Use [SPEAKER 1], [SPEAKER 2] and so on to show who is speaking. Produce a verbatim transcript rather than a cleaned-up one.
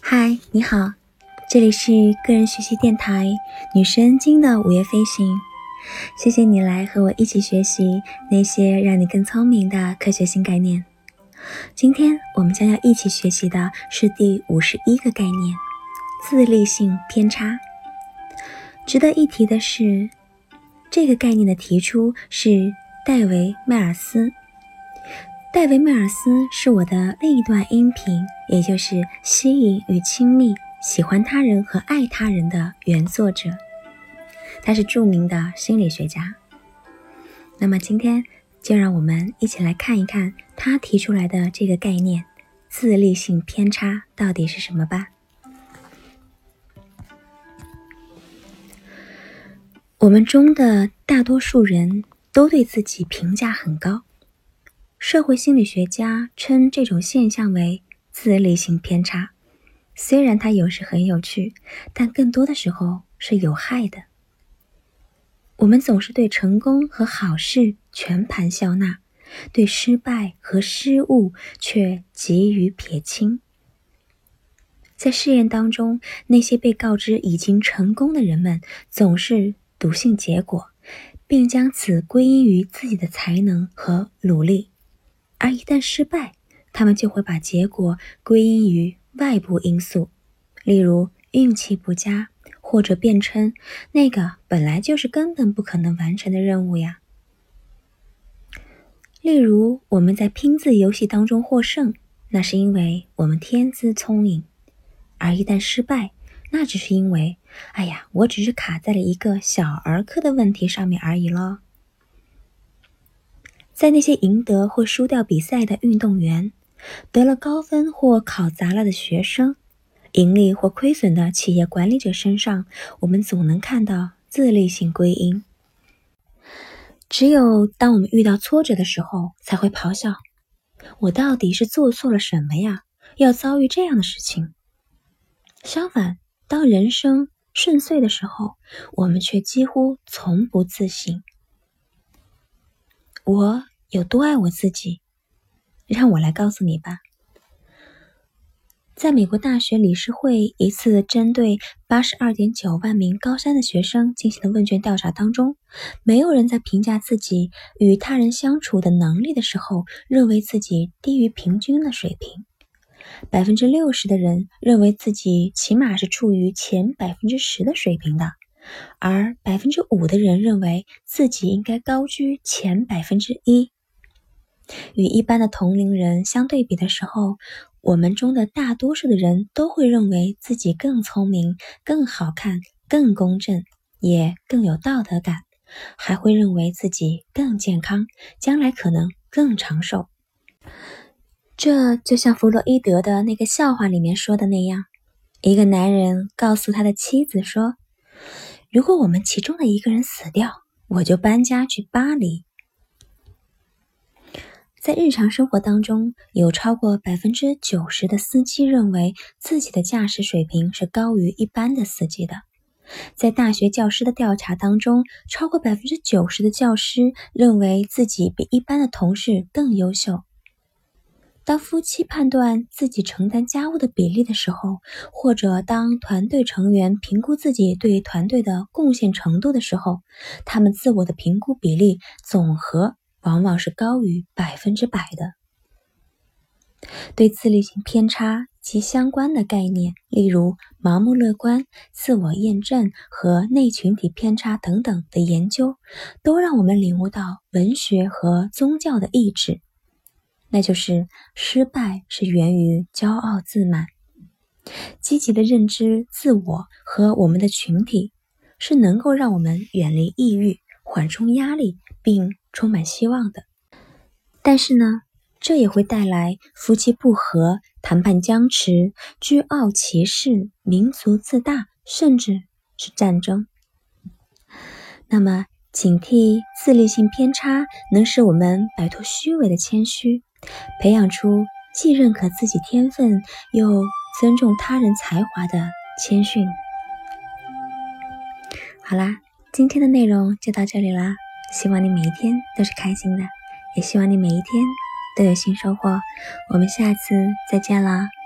[SPEAKER 1] 嗨，你好，这里是个人学习电台女生经的午夜飞行。谢谢你来和我一起学习那些让你更聪明的科学新概念。今天我们将要一起学习的是第五十一个概念，自立性偏差。值得一提的是，这个概念的提出是戴维·迈尔斯。戴维·迈尔斯是我的另一段音频，也就是吸引与亲密、喜欢他人和爱他人的原作者。他是著名的心理学家。那么今天就让我们一起来看一看他提出来的这个概念，自立性偏差到底是什么吧。我们中的大多数人都对自己评价很高。社会心理学家称这种现象为自立性偏差，虽然它有时很有趣，但更多的时候是有害的。我们总是对成功和好事全盘笑纳，对失败和失误却给予撇清。在试验当中，那些被告知已经成功的人们总是笃信结果，并将此归因于自己的才能和努力。而一旦失败，他们就会把结果归因于外部因素，例如运气不佳，或者辩称那个本来就是根本不可能完成的任务呀。例如我们在拼字游戏当中获胜，那是因为我们天资聪颖，而一旦失败，那只是因为哎呀，我只是卡在了一个小儿科的问题上面而已咯。在那些赢得或输掉比赛的运动员，得了高分或考砸了的学生，盈利或亏损的企业管理者身上，我们总能看到自立性归因。只有当我们遇到挫折的时候，才会咆哮，我到底是做错了什么呀？要遭遇这样的事情。相反，当人生顺遂的时候，我们却几乎从不自信。我有多爱我自己？让我来告诉你吧。在美国大学理事会一次针对 八十二点九万名高三的学生进行的问卷调查当中，没有人在评价自己与他人相处的能力的时候，认为自己低于平均的水平。百分之六十的人认为自己起码是处于前百分之十的水平的，而百分之五的人认为自己应该高居前百分之一。与一般的同龄人相对比的时候，我们中的大多数的人都会认为自己更聪明、更好看、更公正，也更有道德感，还会认为自己更健康，将来可能更长寿。这就像弗洛伊德的那个笑话里面说的那样，一个男人告诉他的妻子说，如果我们其中的一个人死掉，我就搬家去巴黎。在日常生活当中，有超过 百分之九十 的司机认为自己的驾驶水平是高于一般的司机的。在大学教师的调查当中，超过 百分之九十 的教师认为自己比一般的同事更优秀。当夫妻判断自己承担家务的比例的时候，或者当团队成员评估自己对团队的贡献程度的时候，他们自我的评估比例总和往往是高于百分之百的。对自立性偏差及相关的概念，例如盲目乐观、自我验证和内群体偏差等等的研究，都让我们领悟到文学和宗教的意志，那就是失败是源于骄傲自满。积极的认知自我和我们的群体，是能够让我们远离抑郁、缓冲压力并充满希望的。但是呢，这也会带来夫妻不和、谈判僵持、居傲歧视、民族自大，甚至是战争。那么警惕自立性偏差，能使我们摆脱虚伪的谦虚，培养出既认可自己天分又尊重他人才华的谦逊。好啦，今天的内容就到这里啦，希望你每一天都是开心的，也希望你每一天都有新收获。我们下次再见啦。